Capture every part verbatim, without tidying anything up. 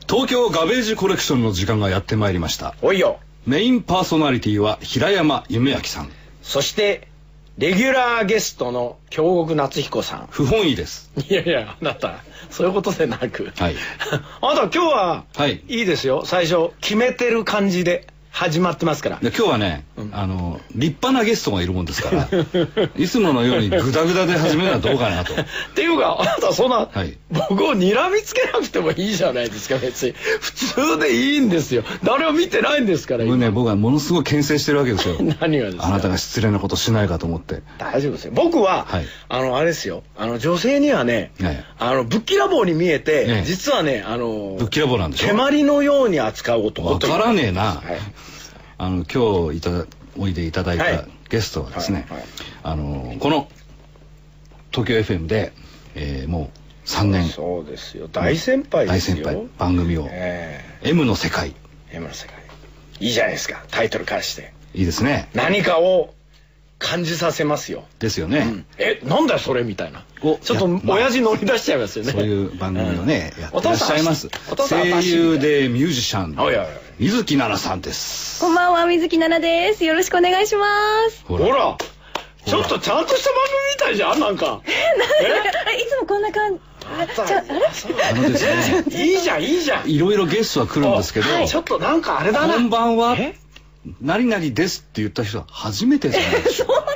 東京ガベージコレクションの時間がやってまいりました。 おいよ。 メインパーソナリティは平山夢明さん、そしてレギュラーゲストの京極夏彦さん。 不本意です。 いやいや、あなたそういうことでなく、 はい、 あなた今日は、はい、いいですよ。最初決めてる感じで始まってますから。 で今日はね、うん、あの立派なゲストがいるもんですからいつものようにグダグダで始めるのはどうかなと。っていうかあなたそんな、はい、僕を睨みつけなくてもいいじゃないですか。別に普通でいいんですよ。誰も見てないんですから。 今ね、僕はものすごい牽制してるわけですよ。 何がですか。 あなたが失礼なことしないかと思って。 大丈夫ですよ。僕は、はい、あのあれですよ、あの女性にはね、はい、あのぶっきらぼうに見えて、ね、実はね、あのぶっきらぼうなんでしょ。 蹴鞠のように扱う男。 わからねえな。はい、あの今日いただおいでいただいたゲストはですね、はいはいはい、あのこの東京 エフエム で、えー、もうさんねん。 そうですよ、大先輩ですよ。 大先輩番組を、えー、M の世界。 M の世界いいじゃないですか。タイトルからしていいですね。 何かを感じさせますよ。 ですよね、うん、 え、なんだよそれみたいな。ちょっと親父乗り出しちゃいますよね。 そういう番組をね、うん、やってらっしゃいます。声優でミュージシャンの水木奈々さんです。 こんばんは、水木奈々です。よろしくお願いします。 ほら、ほらちょっとちゃんとした番組みたいじゃん。なんかえ、いつもこんな感じ。 あのですね、 いいじゃんいいじゃん。 いろいろゲストは来るんですけど、 はい、ちょっとなんかあれだな。 こんばんは何々ですって言った人は初めてじゃないですか。 そんな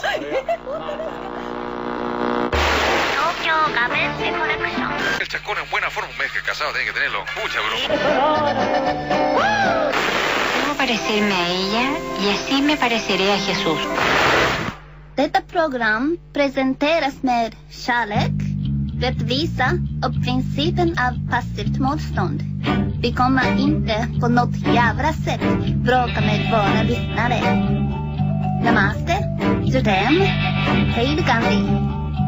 東京ガベージコレクション。 El chascón en buena forma, un mes que casado tiene que tenerlo. Mucha broma. Debo parecerme a ella y así me pareceré a Jesús. Detta program presenteras med kärlek, rättvisa och principen av passivt motstånd. Vi kommer inte på något jävla sätt bråka med våra lyssnare. Namaste, Judem, hej Gandhi.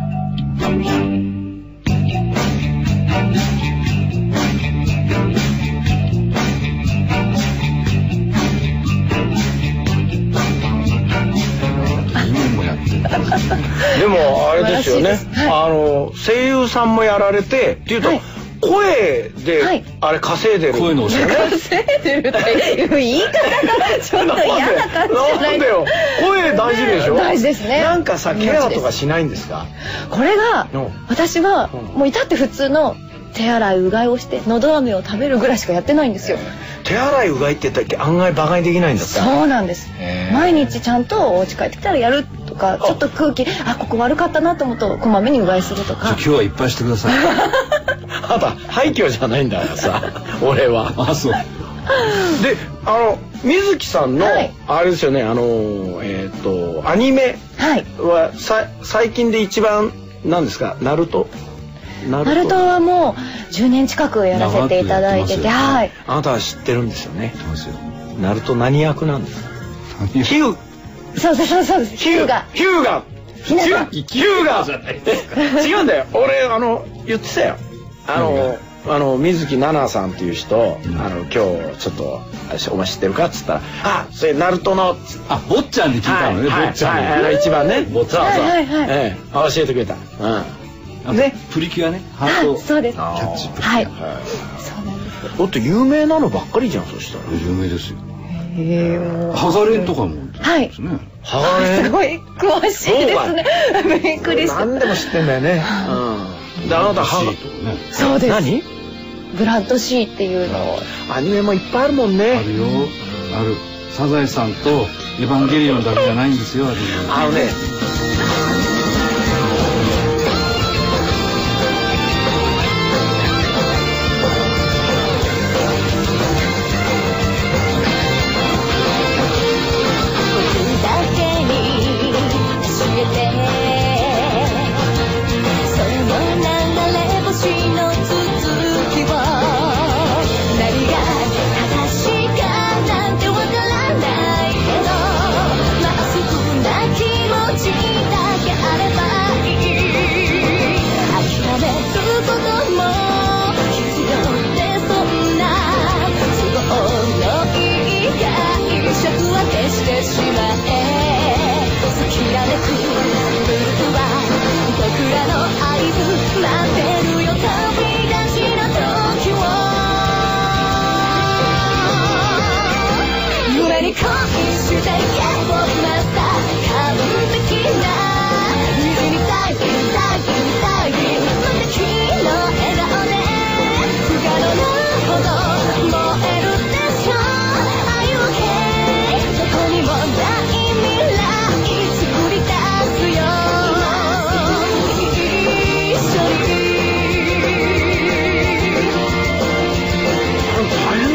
でもあれですよね、はい、あの声優さんもやられてっていうと、はい、声で、はい、あれ稼いでる。 声のお仕事。 稼いでるっていう言い方がちょっと嫌な感じじゃない。 なんでよ。声大事でしょ。 大事ですね。 なんかさ、ケアとかしないんですか。 これが私はもう至って普通の手洗いうがいをしてのど飴を食べるぐらいしかやってないんですよ。 手洗いうがいって言ったら案外バカにできないんだった。 そうなんです。毎日ちゃんとお家帰ってきたらやるとか、ちょっと空気あここ悪かったなと思うとこまめにうがいするとか。 今日はいっぱいしてください。 あと廃墟じゃないんだからさ俺は。 あ、そう。 で、あの水木さんの、はい、あれですよね、あのえっとアニメは、はい、さ最近で一番なんですか、ナルト。 ナルトはもうじゅうねん近くやらせていただいてて、はい。 あなたは知ってるんですよね。ナルト何役なんですか。ヒュー。 そうそうそうそうです。ヒューガ。 ヒューガ。ヒューガ。違うんだよ。俺あの言ってたよ。あのあの水木奈々さんっていう人、あの今日ちょっとお前知ってるかっつったら、あ、それナルトの、 あ、坊ちゃんに聞いたのね。坊ちゃんの一番ね。そうそう。ええ、教えてくれた。うん。 ね、プリキュアね、ハートそうです。 キャッチプリキュア。 はい。そうなんです。 だって有名なのばっかりじゃん。そしたら有名ですよ。 へえ。 ハガレンとかもですね。 ハガレンすごい詳しいですね。びっくりした。 何でも知ってんだよね。うん。であなたハガそうです。 何？ ブラッドシーっていうの。 アニメもいっぱいあるもんね。 あるよ。ある。サザエさんとエヴァンゲリオンだけじゃないんですよ。 あのね。 気持ち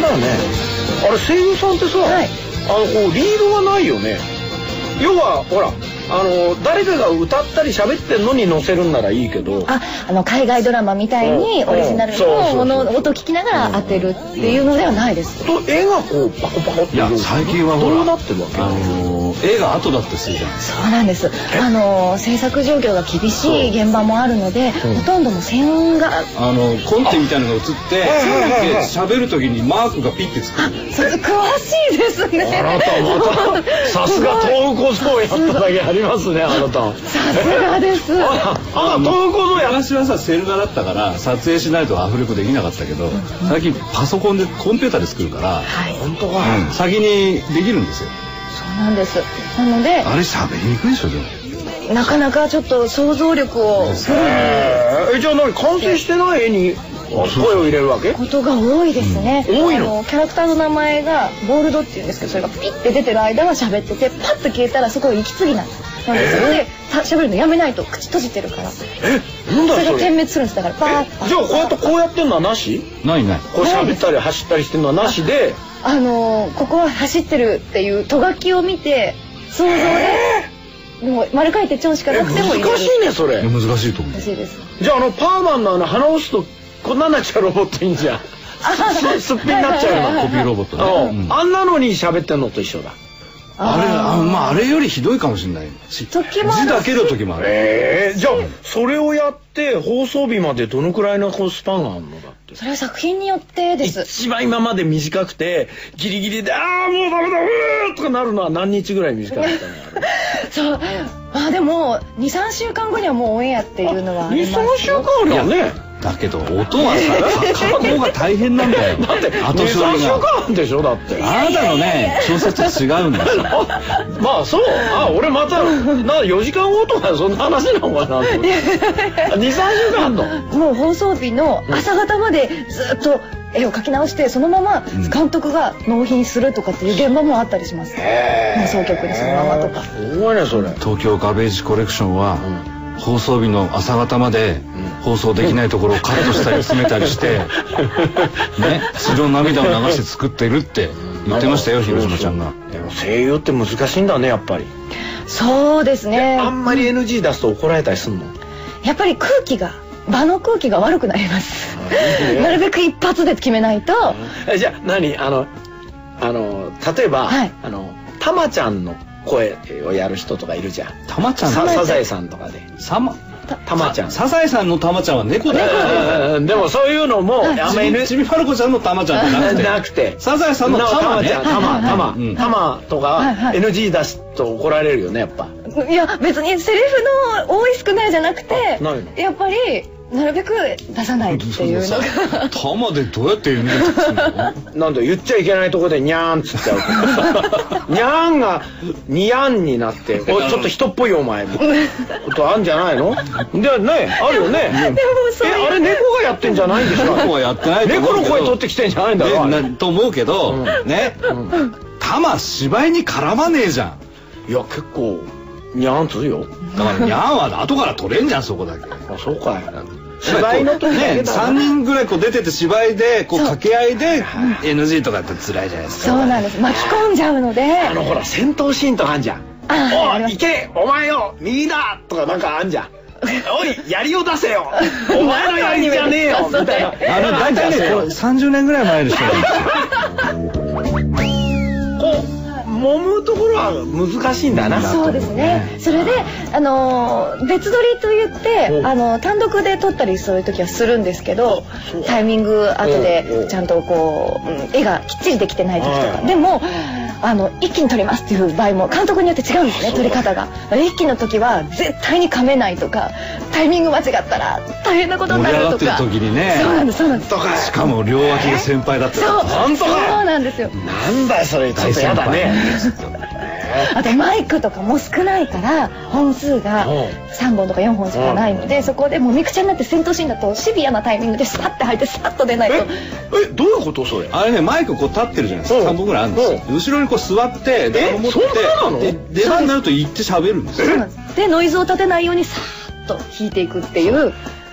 よね。あれ声優さんってさ、はい、あのこうリードがないよね。要はほらあの誰かが歌ったり喋ってんのに載せるんならいいけど、 あ、あの海外ドラマみたいにオリジナルのもの音を聞きながら当てるっていうのではないです。 と絵がこうパコパコって。 いや最近はほらどうなってるわけ？ あの絵が後だってするじゃないですか。 そうなんです。あの制作状況が厳しい現場もあるので、ほとんども線があのコンテみたいなのが映って喋る時にマークがピッてつく。 それ詳しいですね。 あなたまたさすが東北小僧やっただけありますね、あなた。 さすがです。 あ、あ、東北小僧や。 昔はさセル画だったから撮影しないとアフレコできなかったけど、最近パソコンでコンピューターで作るから、 本当は先にできるんですよ。 そうなんです。なのであれ喋りにくいでしょでも。 なかなかちょっと想像力をフルに。 え、じゃあ何完成してない絵に声を入れるわけ？ ことが多いですね。 多いの？ キャラクターの名前がボールドっていうんですけど、それがピッて出てる間は喋ってて、パッと消えたらそこ息継ぎなんです。なんでそれで喋るのやめないと口閉じてるから。 え、なんだそれ？ それが点滅するんです。だからパーッ。 じゃあこうやってこうやってんのはなし？ ないない。 こう喋ったり走ったりしてるのはなしで、 あのここは走ってるっていうとがきを見て想像で。もう丸書いてチョンしかなくてもいい。 難しいねそれ。 難しいと思う。 難しいです。 じゃああのパーマンのあの鼻押すとこんなになっちゃうロボットいいんじゃん。すっぴんになっちゃうの。 コピーロボットね。 あんなのに喋ってんのと一緒だ。 あれあまああれよりひどいかもしれない。字だけの時もある。 ええ、じゃあそれをやって放送日までどのくらいのスパンがあるのだって。 それは作品によってです。 一番今まで短くてギリギリでああもうダメだうーとかなるのは何日ぐらい短かったの？ そう。あでもにさんしゅうかんごにはもうオンエアっていうのはにさんしゅうかんあるよね。 だけど音はさ加工が大変なんだよ。 だってにさんしゅうかんでしょだって。 あなたのね小説と違うんですよ。 まあそう。あ俺またなよじかんごとかそんな話なのかな。にさんしゅうかんあんの。 もう放送日の朝方までずっと絵を描き直してそのまま監督が納品するとかっていう現場もあったりします。放送局にそのままとか。 すごいねそれ。 東京ガベージコレクションは放送日の朝方まで放送できないところをカットしたり詰めたりしてね血の涙を流して作ってるって言ってましたよ広島ちゃんが。 でも声優って難しいんだねやっぱり。 そうですね。 あんまり エヌジー 出すと怒られたりすんの？ やっぱり空気が場の空気が悪くなります。なるべく一発で決めないと。 じゃあ何あのあの例えば、はい、あのたまちゃんの声をやる人とかいるじゃん。 たまちゃん。 サザエさんとかで。 さま。 たまちゃん。 サザエさんのたまちゃんは猫だよ。 でもそういうのもあんまりちびまる子ちゃんのたまちゃんじゃなくて。 なくて。 サザエさんのたまね。 たまたまたまとか エヌジー 出すと怒られるよねやっぱ。 いや別にセリフの多い少ないじゃなくて、やっぱり。なるべく出さないっていうのが。 たまでどうやって言うんですか？ なんだ言っちゃいけないところでニャーンっつっちゃう。ニャーンがニヤンになっておちょっと人っぽいお前みたいなことあるんじゃないの？でねあるよね。でもそれあれ猫がやってんじゃないんでしょ？ 猫はやってないと思うけど。 猫の声取ってきてんじゃないんだろ。 と思うけどね。たま芝居に絡まねえじゃん。 いや結構ニャーンつうよ。 だからニャーンは後から取れんじゃんそこだけ。 あそうかい。芝居の時ねさんにんぐらいこう出てて芝居でこう掛け合いで エヌジー とかって辛いじゃないですか。 そうなんです。巻き込んじゃうので。 あのほら戦闘シーンとかあんじゃん。おい行けお前よ右だとかなんかあんじゃん。おい槍を出せよお前の槍じゃねえよみたいな。 あの大体ねこれさんじゅうねんぐらい前でしたよ。 こう揉むところは難しいんだな。 そうですね。それであの別撮りと言ってあの単独で撮ったりそういう時はするんですけど、タイミング後でちゃんとこう絵がきっちりできてない時とかでもあの一気に撮りますっていう場合も監督によって違うんですね撮り方が。一気の時は絶対に噛めないとかタイミング間違ったら大変なことになるとか。 盛り上がってる時にね。 そうなんですそうなんです。 しかも両脇が先輩だった。 そう本当か。 そうなんですよ。 なんだよそれちょっとやだね。 あとマイクとかも少ないから本数がさんぼんとかよんほんしかないのでそこでもうめくちゃになって戦闘シーンだとシビアなタイミングでスパッて入ってスパッと出ないと。 えどういうことそれ？あれねマイクこう立ってるじゃないですか。さんぼんぐらいあるんですよ。後ろにこう座ってえそんなの？ 出番になると言って喋るんですよ。 でノイズを立てないようにさーっと弾いていくっていう。 え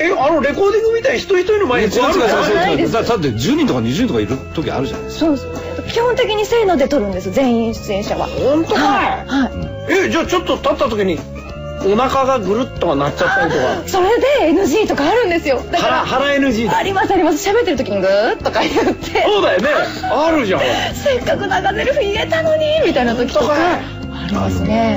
え、あのレコーディングみたいに一人一人の前に違う違う違うないですだだってじゅうにんとかにじゅうにんとかいる時あるじゃないですか。 そうです基本的にせーので撮るんです全員出演者は。 本当かい、 はい、 え、じゃあちょっと立った時にお腹がぐるっとなっちゃったりとか。 それで エヌジー とかあるんですよ。だから腹 エヌジーありますあります。喋ってる時にグーッとか言ってそうだよね、あるじゃん。 せっかく長ゼリフ言えたのにみたいな時とかありますね。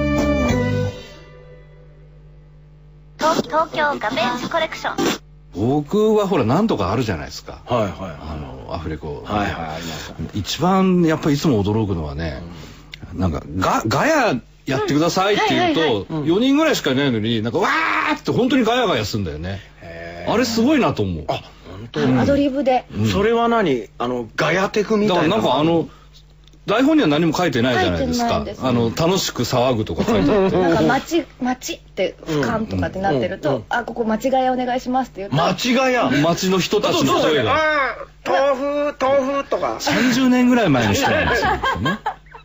東東京ガベージコレクション。 僕はほら何とかあるじゃないですか。 はいはいあのアフレコ。 はいはいあります。 一番やっぱりいつも驚くのはね、なんかガガヤやってくださいって言うとよにんぐらいしかいないのになんかわーって本当にガヤガヤするんだよね。あれすごいなと思う。 あ、本当にアドリブで。 それは何、あのガヤテクみたいな。 だからなんかあの台本には何も書いてないじゃないですか。あの楽しく騒ぐとか書いてあって。 なんか待ち待ちって俯瞰とかってなってると、あここ間違いお願いしますって言うと。 間違いや。 街の人たちの声が。 豆腐豆腐とか。 さんじゅうねんぐらい前の人なんですよね。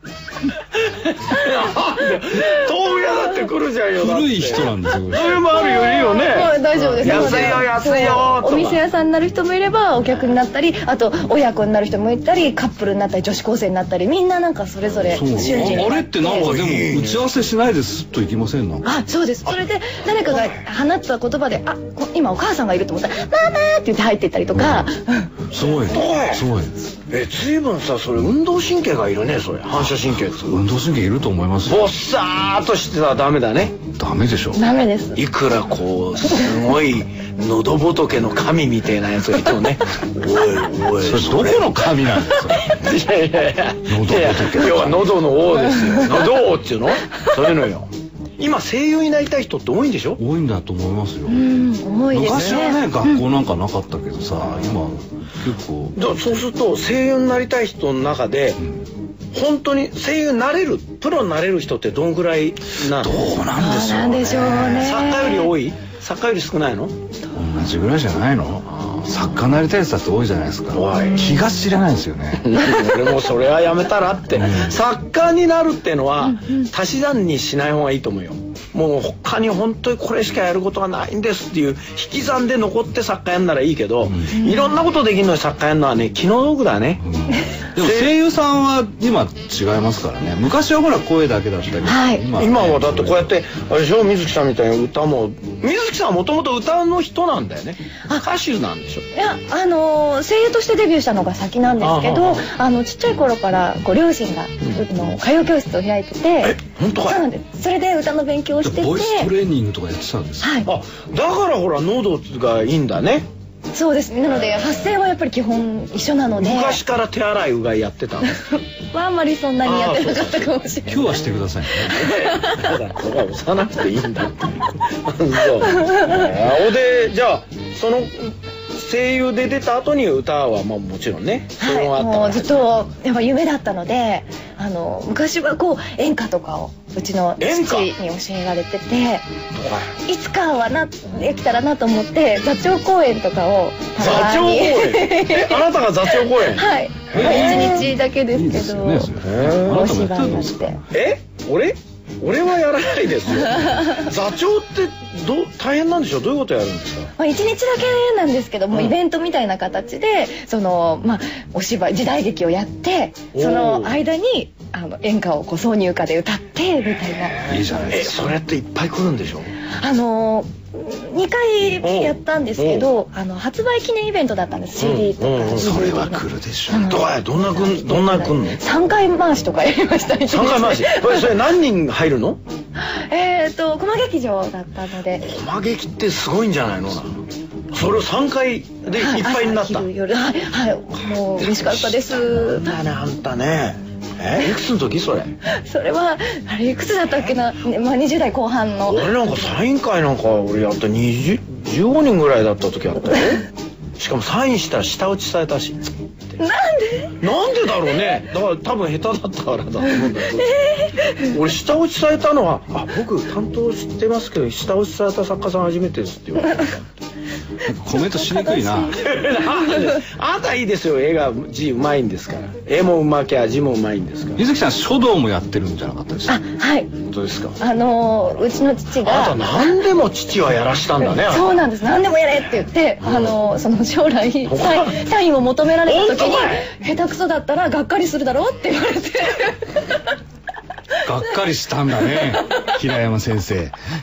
豆腐屋だって来るじゃんよ。 古い人なんですよ。 それもあるよいいよね。 大丈夫です。 安いよ安いよ。 お店屋さんになる人もいればお客になったり、あと親子になる人もいたり、カップルになったり女子高生になったり、みんななんかそれぞれ瞬時に。 あれってなんかでも打ち合わせしないですっといきませんの。 あ、そうです。それで誰かが放った言葉で、あ、今お母さんがいると思ったらママって言って入っていったりとか。 すごい。すごい。 え、随分さ、それ運動神経がいるね、それ。反射神経。 運動神経いると思いますよ。 ぼっさーっとしてたらダメだね。 ダメでしょ。 ダメです。 いくらこうすごい喉仏の神みたいなやつがいてもね。おいおい。 それどこの神なんですか。 いやいやいや。 喉仏。 要は喉の王ですよ。喉王っていうの？そういうのよ。今声優になりたい人って多いんでしょ？ 多いんだと思いますよ。 うん、多いです昔ね。 はね、学校なんかなかったけどさ、今結構。 そうすると声優になりたい人の中で、本当に声優になれる、プロになれる人ってどんぐらいなの？ どうなんでしょうね。 なんでしょうね。 作家より多い？作家より少ないの？ 同じぐらいじゃないの？作家になりたいやつだって多いじゃないですか。気が知れないんですよね。 俺もそれはやめたらって。作家になるってのは足し算にしない方がいいと思うよ。もう他に本当にこれしかやることがないんですっていう引き算で残って作家やんならいいけど、いろんなことできるのに作家やんのはね、気の毒だね。 でも声優さんは今違いますからね。昔はほら声だけだったけど、 はい、 今はだってこうやってあれでしょ、水木さんみたいに歌も、水木さんはもともと歌の人なんだよね。歌手なんでしょ。 いや、あの声優としてデビューしたのが先なんですけど、あのちっちゃい頃からこう両親が、うん、の歌謡教室を開いてて、 え、本当かい？ そうなんです。それで歌の勉強をしてて、 ボイストレーニングとかやってたんですか？ はい。 あ、だからほら喉がいいんだね。 そうですね。なので発声はやっぱり基本一緒なので。 昔から手洗いうがいやってたの？ はあんまりそんなにやってなかったかもしれない。 今日はしてくださいね。 ただそれは押さなくていいんだって。そう。おで、じゃあその声優で出た後に歌はまあもちろんね。 はい。もうずっとやっぱ夢だったので、あの昔はこう演歌とかをうちの父に教えられてて、いつかはなできたらなと思って座長公演とかを座長公演。え、あなたが座長公演？はい。 一日だけですけど、お芝居やって。 え、俺？俺はやらないですよ。座長ってど大変なんでしょう。どういうことやるんですか？ まあ一日だけなんですけども、イベントみたいな形でそのまあお芝居時代劇をやって、その間にあの演歌をこう挿入歌で歌ってみたいな。 いいじゃないですか。 え、それっていっぱい来るんでしょ？ あのにかいやったんですけど、あの発売記念イベントだったんです。 シーディー とか。 それは来るでしょ。 どうどんなくんどんなくんの？ さんかい回しとかやりました。 さんかい回し。これそれ何人入るの？ えっと駒劇場だったので。 駒劇ってすごいんじゃないの？それをさんかいでいっぱいになった。 はいはい、もう嬉しかったです。 だね、あんたね。え、いくつの時それ？ それはあれいくつだったっけな、まあにじゅう代後半の。 俺なんかサイン会なんか俺やったにじゅう、じゅうごにんぐらいだった時あったよ。しかもサインしたら舌打ちされたし。 なんで？ なんでだろうね。だから多分下手だったからだと思うんだけど。えー、俺舌打ちされたのは、あ、僕担当してますけど舌打ちされた作家さん初めてですって言われた。 コメントしにくいな。 あなたいいですよ、絵が字うまいんですから。絵もうまきゃ字もうまいんですから。 水木さん書道もやってるんじゃなかったですか。 あ、はい。 本当ですか。 あのーうちの父が。 あなた何でも父はやらしたんだね。 そうなんです。何でもやれって言って、あのーその将来サインサインを求められた時に下手くそだったらがっかりするだろうって言われて。 がっかりしたんだね、平山先生。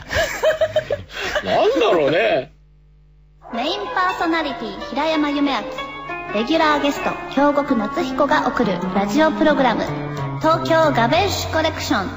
なんだろうね。 メインパーソナリティ平山夢明、レギュラーゲスト京極夏彦が送るラジオプログラム東京ガベッシュコレクション。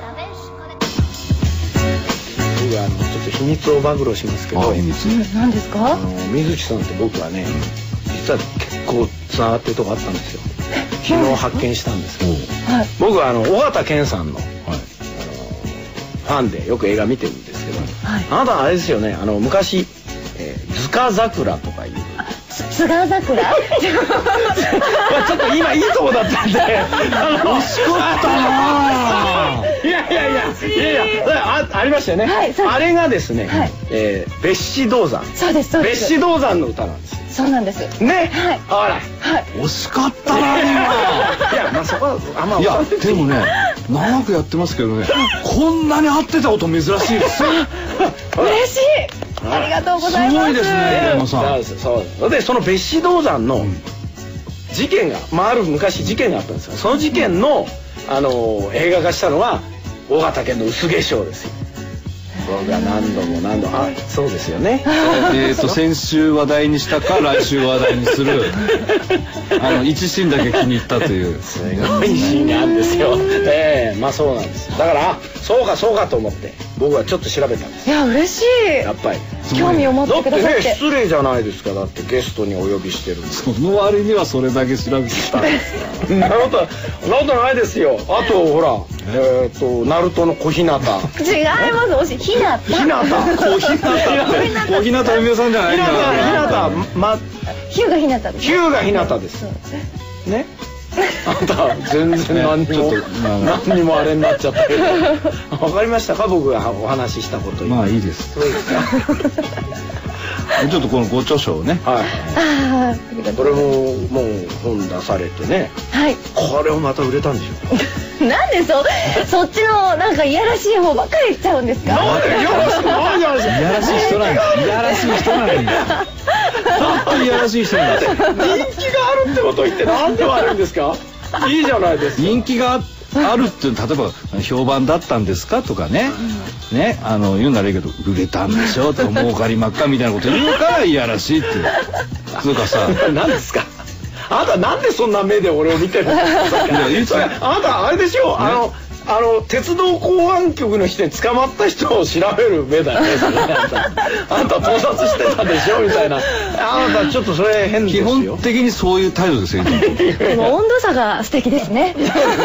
僕はあのちょっと秘密を暴露しますけど、 秘密。 何ですか？ あの水木さんと僕はね、実は結構つながってるとこあったんですよ。昨日発見したんですけど、 はい。 僕はあの尾形健さんの、 はい。 あのファンでよく映画見てるんですけど、 はい。 あなたあれですよね、あの昔、えー、塚桜とかいう津川桜？ まあちょっと今いいとこだったんで、あの惜しかったな。いやいやいやいやいや、あ, ありましたよね、 はい、 あれがですね、 はい、 えー、別子銅山。 そうですそうです。 別子銅山の歌なんですよ。 そうなんです。 ね、 はい。 ほら、 はい。 惜しかったな今。 いやまあそこはあんまいやでもね、長くやってますけどね、こんなに合ってたこと珍しいですよ。 嬉しい。ありがとうございます。 すごいですね、平山さん。 そうですそうです。でその別子銅山の事件が、まあある昔事件があったんですよ。その事件のあの映画化したのは尾形家の薄化粧ですよ。僕が何度も何度も、あ、そうですよね。 えっと先週話題にしたか来週話題にするあの一シーンだけ気に入ったという。 すごいシーンがあるんですよ。ええ、まあそうなんです。だからあ、そうかそうかと思って僕はちょっと調べたんです。 いや嬉しい。 やっぱり興味を持ってくださって。 だってね、失礼じゃないですか。だってゲストにお呼びしてるんで。 その割にはそれだけ調べてきた。 そんなことそんなことないですよ。あとほら、えっとナルトの小日向。違います。惜しい。ひなた。 ひなた。 小日向って小日向文世さんじゃないんだ。 ひなた、ま、 ヒューがひなたです。 ヒューがひなたです。ね。あんた全然何にも何にもあれになっちゃったけど。わかりましたか、僕がお話ししたこと。 まあいいです。 そうですか。 ちょっとこのご著書をね。 はい。 ああ。 これももう本出されてね。 はい。 これをまた売れたんでしょ。 なんでそそっちのなんかいやらしい方ばっかり言っちゃうんですか。 なんでいやらしいなんでいやらしい。 いやらしい人なんです。いやらしい人なんです。本当にいやらしい人なんです。 人気があるってことを言ってなんで悪いんですか。いいじゃないですか。 人気があるって例えば評判だったんですかとかね、ね、あの言うならいいけど売れたんでしょとか儲かりまっかみたいなこと言うからいやらしいっていう。つうかさ、 何ですか。あなたなんでそんな目で俺を見てるの。それあなたあれでしょ、あのあの鉄道公安局の人に捕まった人を調べる目だよね。それあんたあんた盗撮してたでしょみたいな。あなたちょっとそれ変ですよ。 基本的にそういう態度ですよ。 でも温度差が素敵ですね。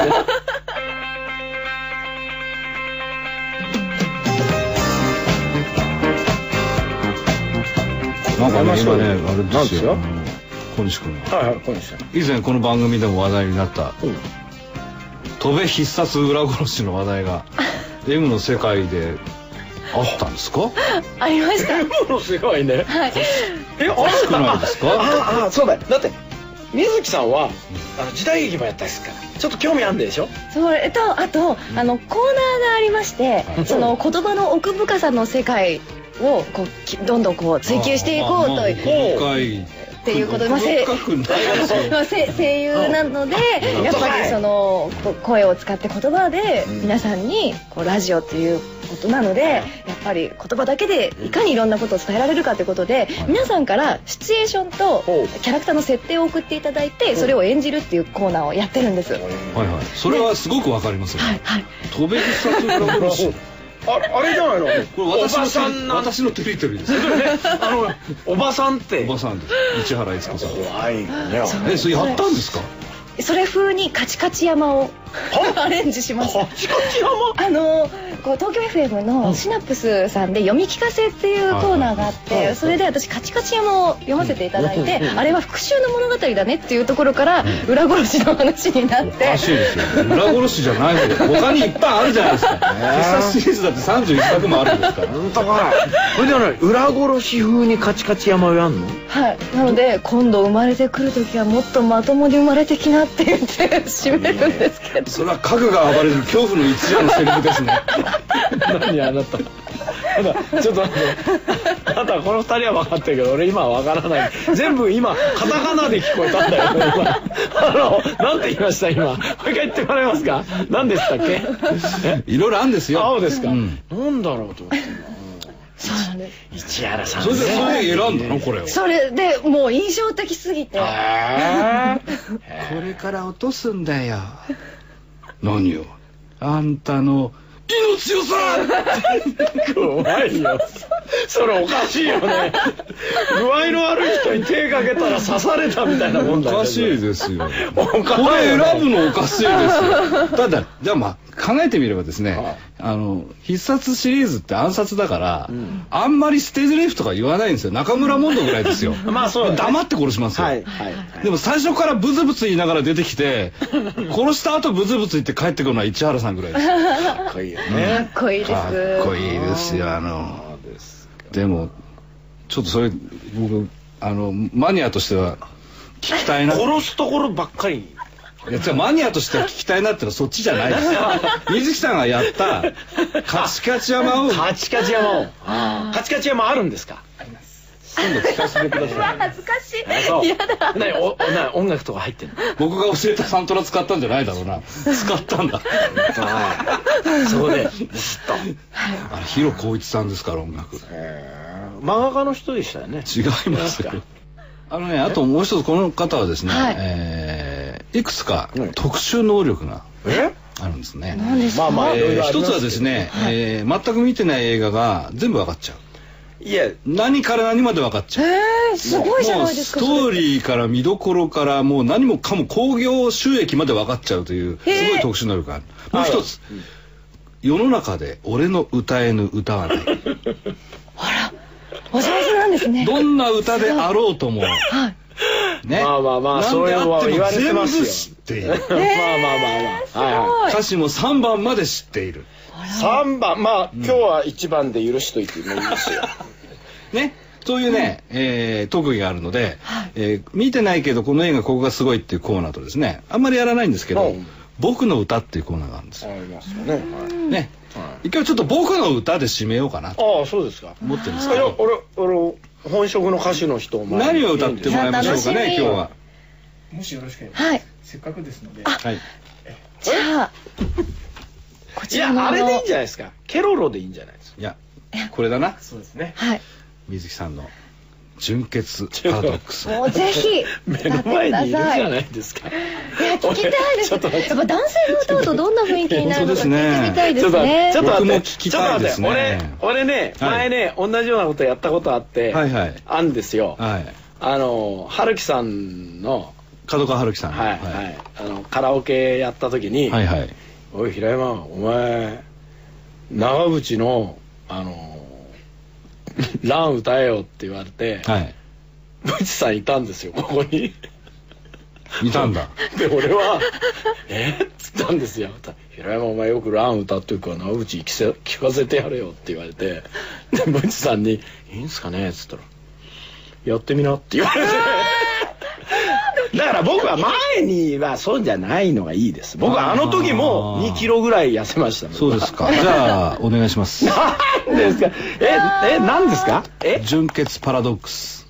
なんかね今ねあれですよ。小西君。 はいはい、小西さん。 以前この番組でも話題になった。 うん戸辺必殺裏殺しの話題が M の世界であったんですか。 ありました。 M の世界ね。 はい。 え、 おかしくないですか。 ああ、そうだよ。だって水木さんはあの時代劇もやったですからちょっと興味あるんでしょ。 それとあとあのコーナーがありまして、その言葉の奥深さの世界をこうどんどんこう追求していこうという。っていうことで、まあ、声声優なのでやっぱりその声を使って言葉で皆さんにこうラジオっていうことなのでやっぱり言葉だけでいかにいろんなことを伝えられるかということで皆さんからシチュエーションとキャラクターの設定を送っていただいてそれを演じるっていうコーナーをやってるんです。はいはい、 それはすごくわかりますよ。 はいはい。 戸辺必殺裏殺し。 あ, あれじゃないの。 これ私のさん私のテリトリーです。 あのおばさんっておばさんです。市原悦子さん。 怖いね。 え、それやったんですか。 それ風にカチカチ山をアレンジしました。 カチカチ山。 あのこう東京 エフエム のシナプスさんで読み聞かせっていうコーナーがあって、それで私カチカチ山を読ませていただいて、あれは復讐の物語だねっていうところから裏殺しの話になって。 おかしいですよね。裏殺しじゃないので他にいっぱいあるじゃないですか。必殺シリーズだってさんじゅういっさくもあるんですから。 本当か。これではね、裏殺し風にカチカチ山をやんの？ はい。なので今度生まれてくる時はもっとまともに生まれてきなって言って締めるんですけど。 それは家具が暴れる恐怖の一夜のセリフですね。 何あなた。ただちょっと待って。あなたこのふたりは分かってるけど俺今は分からない。全部今カタカナで聞こえたんだよ。あのなんて言いました今。もう一回言ってもらえますか。何でしたっけ？ いろいろあるんですよ。 青ですか。 うん、 なんだろうと思って。 そうなんです。 市原さん。 それでそれで選んだのこれを。 それでもう印象的すぎて。 これから落とすんだよ。何よ。あんたの命よさ。 怖いよ。それおかしいよね。具合の悪い人に手かけたら刺されたみたいなもんだよ。 おかしいですよ。 これ選ぶのおかしいですよ。ただじゃあまあ考えてみればですね、あの必殺シリーズって暗殺だから、うん、あんまり捨て台詞とか言わないんですよ。中村モンドぐらいですよ。まあそう、ね、黙って殺しますよ。はいはいはい、でも最初からブツブツ言いながら出てきて殺した後ブツブツ言って帰ってくるのは市原さんぐらいです。 かっこいいよね。 かっこいいです。 かっこいいですよ。あのでもちょっとそれ僕あのマニアとしては聞きたいな。 殺すところばっかり。 いやじゃあマニアとしては聞きたいなってのはそっちじゃないですよ。水木さんがやったカチカチ山をカチカチ山をカチカチ山あるんですか？ あります。今度聞かせてください。 恥ずかしい。やだ。 なにおな音楽とか入ってんの？ 僕が教えたサントラ使ったんじゃないだろうな。使ったんだ。 そこでずっと。 あれ広浩一さんですから音楽。 漫画家の人でしたよね。 違いますよ。あのね、あともう一つこの方はですね、はい、えー、いくつか特殊能力があるんですね。 何ですか？ まあまあ、えー、一つはですね、はい、えー、全く見てない映画が全部分かっちゃう。いや、何から何まで分かっちゃう。 えー、すごいじゃないですか。 ストーリーから見どころからもう何もかも興行収益まで分かっちゃうというすごい特殊能力がある。もう一つ、はい、世の中で俺の歌えぬ歌はない。 あら。お上手なんですね。 どんな歌であろうとも、はい、ね、 まあまあまあそういうのは言われてますよ。 知っている。まあまあまあまあ、 歌詞もさんばんまで知っている。 さんばん、まあ今日はいちばんで許しといてもいいですよ。 ね、そういうね、えー、特技があるので、えー、見てないけどこの映画ここがすごいっていうコーナーとですね、あんまりやらないんですけど、僕の歌っていうコーナーがあるんですよ。ありますよね。ね。今日ちょっと僕の歌で締めようかなと。 ああ、そうですか。 思ってるんですけど。 俺、俺、本職の歌手の人を何を歌ってもらいましょうかね、今日は。 もしよろしければ。 はい。 せっかくですので。 はい。じゃあ、 こちらの。いや、あれでいいんじゃないですか。ケロロでいいんじゃないですか。 いや、これだな。 そうですね。 はい。 水木さんの。純潔パラドックス。 もうぜひ目の前にいるじゃないですか。 いや聞きたいです。やっぱ男性が歌うとどんな雰囲気になるのか聞いてみたいですね。 ちょっと僕も聞きたいですね。 俺俺ね前ね同じようなことやったことあってあんですよ。あの春樹さんの角川春樹さんはいはいあのカラオケやった時におい平山お前長渕のあのラン歌えよって言われて、はい、ブチさんいたんですよここにいたんだで俺は「えっ?」っつったんですよ「平山お前よくラン歌ってるから長渕聞かせてやれよ」って言われてでブチさんに「いいんすかね?」っつったら「やってみな」って言われてだから僕は前にはそうじゃないのがいいです。僕はあの時もにキロぐらい痩せました。 そうですか。じゃあお願いします。 何ですか。ええ何ですか。え純潔パラドックス。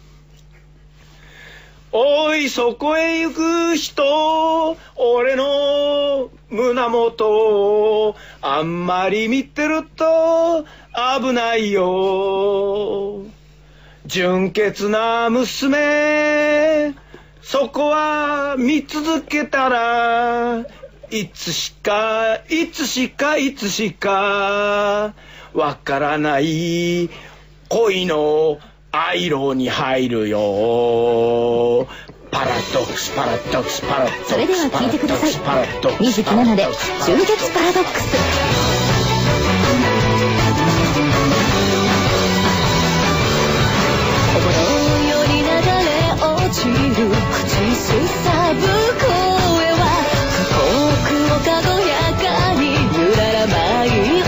おいそこへ行く人俺の胸元あんまり見てると危ないよ純潔な娘そこは見続けたらいつしかいつしかいつしかわからない恋のアイロに入るよパラドックスパラドックスパラドックスそれでは聴いてください水木奈々で純潔パラドックス。 ように流れ落ちる口すさぶ声は過酷を軽やかにゆらら舞い踊る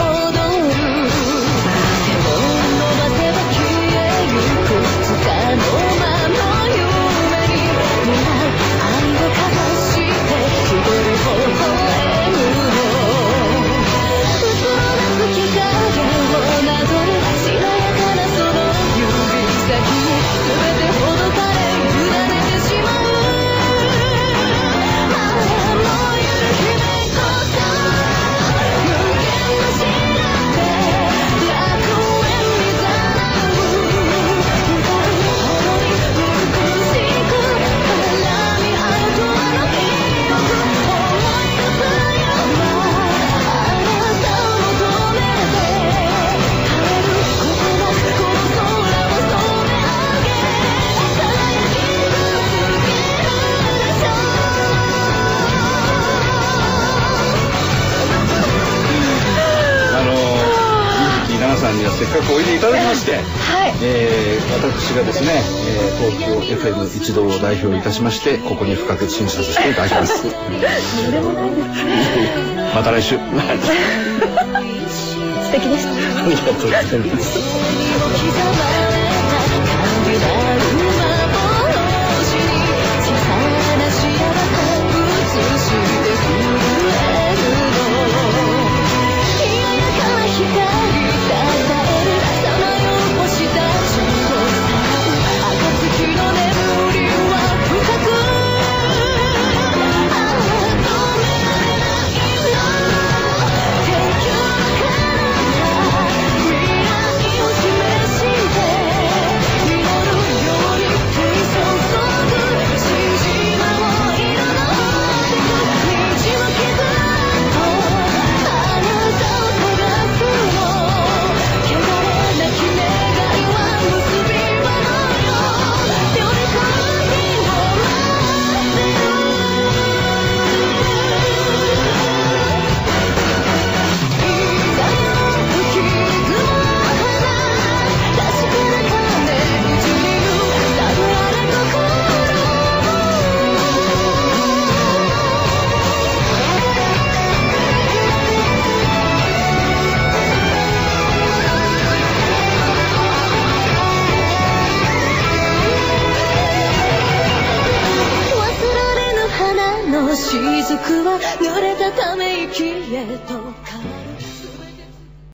手を伸ばせば消えゆくつかの間の夢に皆愛をかざして一人微笑むのうつろな月影をなぞるしなやかなその指先に全てほどかれ委ねてしまうああもうゆる姫こそ無限の知らせ楽園にざう歌うほどに美しく絡み合うとあの記憶思い出すよあなたを求めて晴れることなくこの空を染め上げ輝き続けるでしょあの水木奈々さんにはせっかくおいでいただきまして、 はいえー私がですね、えー東京 エフエム 一同を代表いたしましてここに不可欠審査させていただきます。また来週。 素敵でした。 ありがとうございます。 刻まれた限りなる幻に小さな幸せ映して震えるの冷ややかな光たたえるさまよう星たちをさらう暁の眠りは深くああ止められないの永久の彼方未来を示して祈るように降り注ぐ縮まを彩ってく道を築くとあなたを探すの汚れなき願いは結び場のよ呼び込みを待ってるいざとき雲の花確かな鐘打ちに揺さぶられ心忘られぬ花の雫は濡れたため息へと変わる